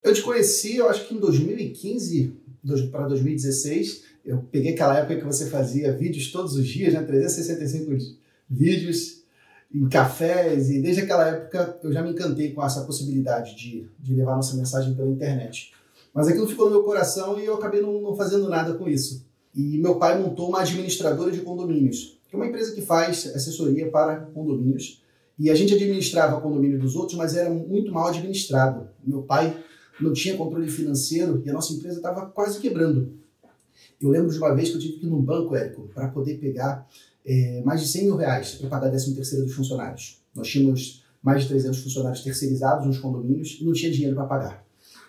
Eu te conheci, eu acho que em 2015 para 2016. Eu peguei aquela época que você fazia vídeos todos os dias, né? 365 vídeos em cafés, e desde aquela época eu já me encantei com essa possibilidade de levar nossa mensagem pela internet. Mas aquilo ficou no meu coração e eu acabei não fazendo nada com isso. E meu pai montou uma administradora de condomínios, que é uma empresa que faz assessoria para condomínios. E a gente administrava o condomínio dos outros, mas era muito mal administrado. Meu pai não tinha controle financeiro e a nossa empresa estava quase quebrando. Eu lembro de uma vez que eu tive que ir num banco, Érico, para poder pegar mais de 100 mil reais para pagar a 13º dos funcionários. Nós tínhamos mais de 300 funcionários terceirizados nos condomínios e não tinha dinheiro para pagar.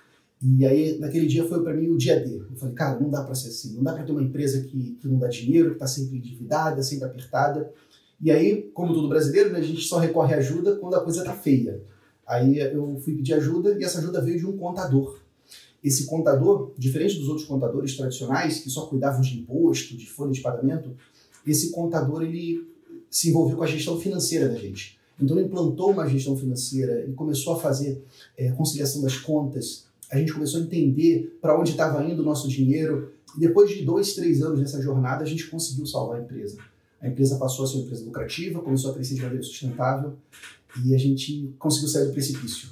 E aí, naquele dia, foi para mim o dia D. Eu falei, cara, não dá para ser assim. Não dá para ter uma empresa que não dá dinheiro, que está sempre endividada, sempre apertada. E aí, como todo brasileiro, né, a gente só recorre à ajuda quando a coisa está feia. Aí eu fui pedir ajuda e essa ajuda veio de um contador. Esse contador, diferente dos outros contadores tradicionais, que só cuidavam de imposto, de folha de pagamento, esse contador ele se envolveu com a gestão financeira da gente. Então ele implantou uma gestão financeira, ele começou a fazer conciliação das contas, a gente começou a entender para onde estava indo o nosso dinheiro, e depois de 2, 3 anos nessa jornada, a gente conseguiu salvar a empresa. A empresa passou a ser uma empresa lucrativa, começou a crescer de maneira sustentável, e a gente conseguiu sair do precipício.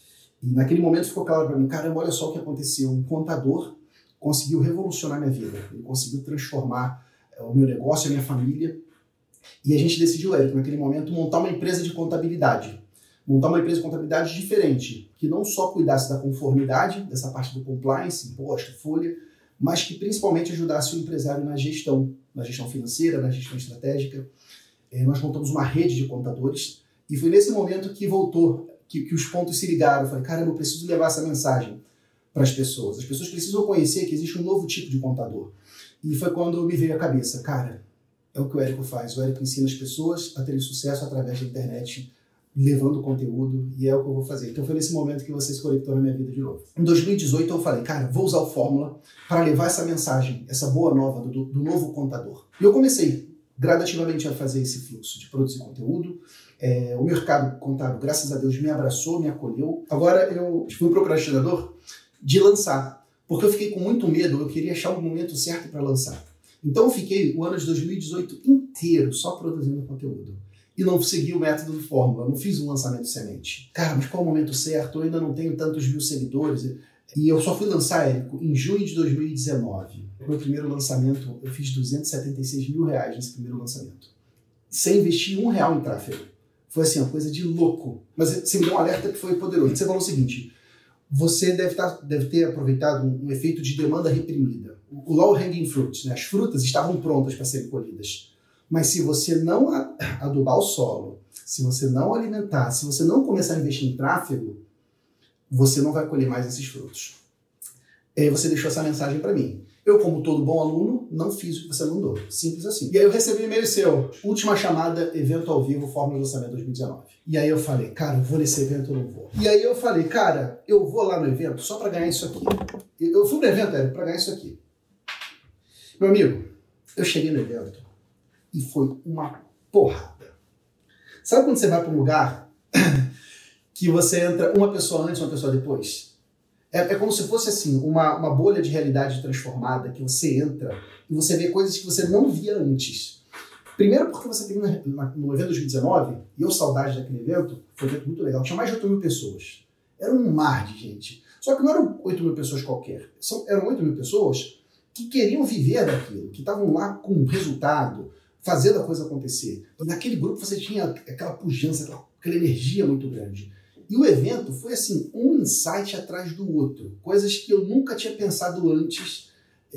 E naquele momento ficou claro para mim, caramba, olha só o que aconteceu. Um contador conseguiu revolucionar minha vida. Ele conseguiu transformar o meu negócio, a minha família. E a gente decidiu, Érico, naquele momento, montar uma empresa de contabilidade. Montar uma empresa de contabilidade diferente, que não só cuidasse da conformidade, dessa parte do compliance, imposto, folha, mas que principalmente ajudasse o empresário na gestão financeira, na gestão estratégica. Nós montamos uma rede de contadores e foi nesse momento que voltou, que os pontos se ligaram. Eu falei, caramba, eu preciso levar essa mensagem para as pessoas. As pessoas precisam conhecer que existe um novo tipo de contador. E foi quando me veio à cabeça, cara, é o que o Érico faz. O Érico ensina as pessoas a terem sucesso através da internet, levando conteúdo, e é o que eu vou fazer. Então foi nesse momento que você se conectou na minha vida de novo. Em 2018 eu falei, cara, vou usar o Fórmula para levar essa mensagem, essa boa nova do novo contador. E eu comecei gradativamente a fazer esse fluxo de produzir conteúdo. O mercado contábil, graças a Deus, me abraçou, me acolheu. Agora eu fui um procrastinador de lançar, porque eu fiquei com muito medo, eu queria achar o momento certo para lançar. Então eu fiquei o ano de 2018 inteiro só produzindo conteúdo. E não segui o método do Fórmula, não fiz um lançamento semente. Cara, mas qual é o momento certo? Eu ainda não tenho tantos mil seguidores. E eu só fui lançar, Érico, em junho de 2019. Meu primeiro lançamento, eu fiz 276 mil reais nesse primeiro lançamento. Sem investir R$1 em tráfego. Foi assim, uma coisa de louco. Mas você me deu um alerta que foi poderoso. Você falou o seguinte, você deve ter aproveitado um efeito de demanda reprimida. O low hanging fruit, né? As frutas estavam prontas para serem colhidas. Mas se você não adubar o solo, se você não alimentar, se você não começar a investir em tráfego, você não vai colher mais esses frutos. E aí você deixou essa mensagem para mim. Eu, como todo bom aluno, não fiz o que você mandou. Simples assim. E aí eu recebi um e-mail seu. Última chamada, evento ao vivo, Fórmula de Lançamento 2019. E aí eu falei, cara, eu vou nesse evento ou não vou? E aí eu falei, cara, eu vou lá no evento só para ganhar isso aqui. Eu fui no evento, para ganhar isso aqui. Meu amigo, eu cheguei no evento e foi uma porrada. Sabe quando você vai para um lugar que você entra uma pessoa antes, uma pessoa depois? É como se fosse assim, uma bolha de realidade transformada, que você entra e você vê coisas que você não via antes. Primeiro porque você teve no evento 2019, e eu saudade daquele evento, foi um evento muito legal, tinha mais de 8 mil pessoas. Era um mar de gente. Só que não eram 8 mil pessoas qualquer, eram 8 mil pessoas que queriam viver daquilo, que estavam lá com resultado, fazendo a coisa acontecer. E naquele grupo você tinha aquela pujança, aquela energia muito grande. E o evento foi assim, um insight atrás do outro. Coisas que eu nunca tinha pensado antes,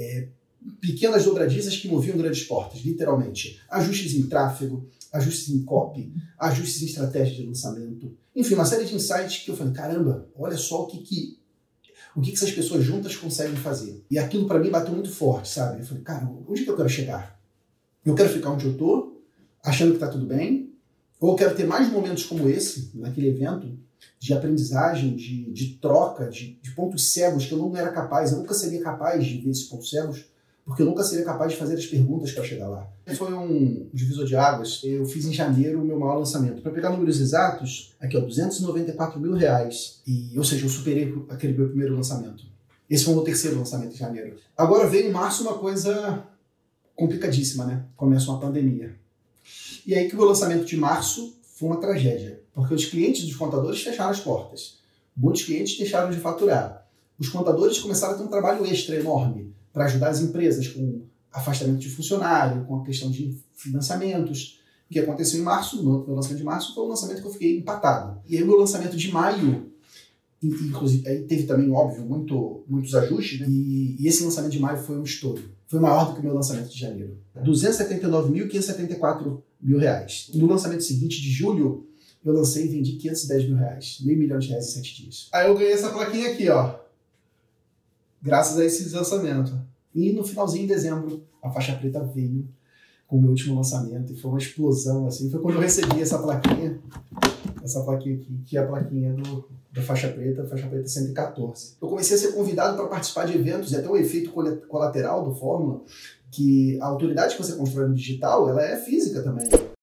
pequenas dobradiças que moviam grandes portas, literalmente. Ajustes em tráfego, ajustes em copy, ajustes em estratégia de lançamento. Enfim, uma série de insights que eu falei, caramba, olha só o que essas pessoas juntas conseguem fazer. E aquilo para mim bateu muito forte, sabe? Eu falei, cara, onde que eu quero chegar? Eu quero ficar onde eu tô, achando que tá tudo bem, ou eu quero ter mais momentos como esse, naquele evento, de aprendizagem, de troca, de pontos cegos que eu não era capaz, eu nunca seria capaz de ver esses pontos cegos, porque eu nunca seria capaz de fazer as perguntas para chegar lá. Foi um divisor de águas. Eu fiz em janeiro o meu maior lançamento. Para pegar números exatos, aqui ó, R$294 mil. Ou seja, eu superei aquele meu primeiro lançamento. Esse foi o meu terceiro lançamento em janeiro. Agora veio em março uma coisa complicadíssima, né? Começa uma pandemia. E aí que o meu lançamento de março foi uma tragédia, porque os clientes dos contadores fecharam as portas. Muitos clientes deixaram de faturar. Os contadores começaram a ter um trabalho extra enorme para ajudar as empresas com afastamento de funcionário, com a questão de financiamentos. O que aconteceu em março, no meu lançamento de março, foi um lançamento que eu fiquei empatado. E aí o meu lançamento de maio, inclusive, aí teve também, óbvio, muitos ajustes, né? E esse lançamento de maio foi um estouro. Foi maior do que o meu lançamento de janeiro. R$279.574 mil. No lançamento seguinte, de julho, eu lancei e vendi R$510 mil. R$500 mil em 7 dias. Aí eu ganhei essa plaquinha aqui, ó. Graças a esse lançamento. E no finalzinho de dezembro, a faixa preta veio com o meu último lançamento. E foi uma explosão, assim. Foi quando eu recebi essa plaquinha aqui, que é a plaquinha da faixa preta 114. Eu comecei a ser convidado para participar de eventos, e até um efeito colateral do Fórmula, que a autoridade que você constrói no digital, ela é física também.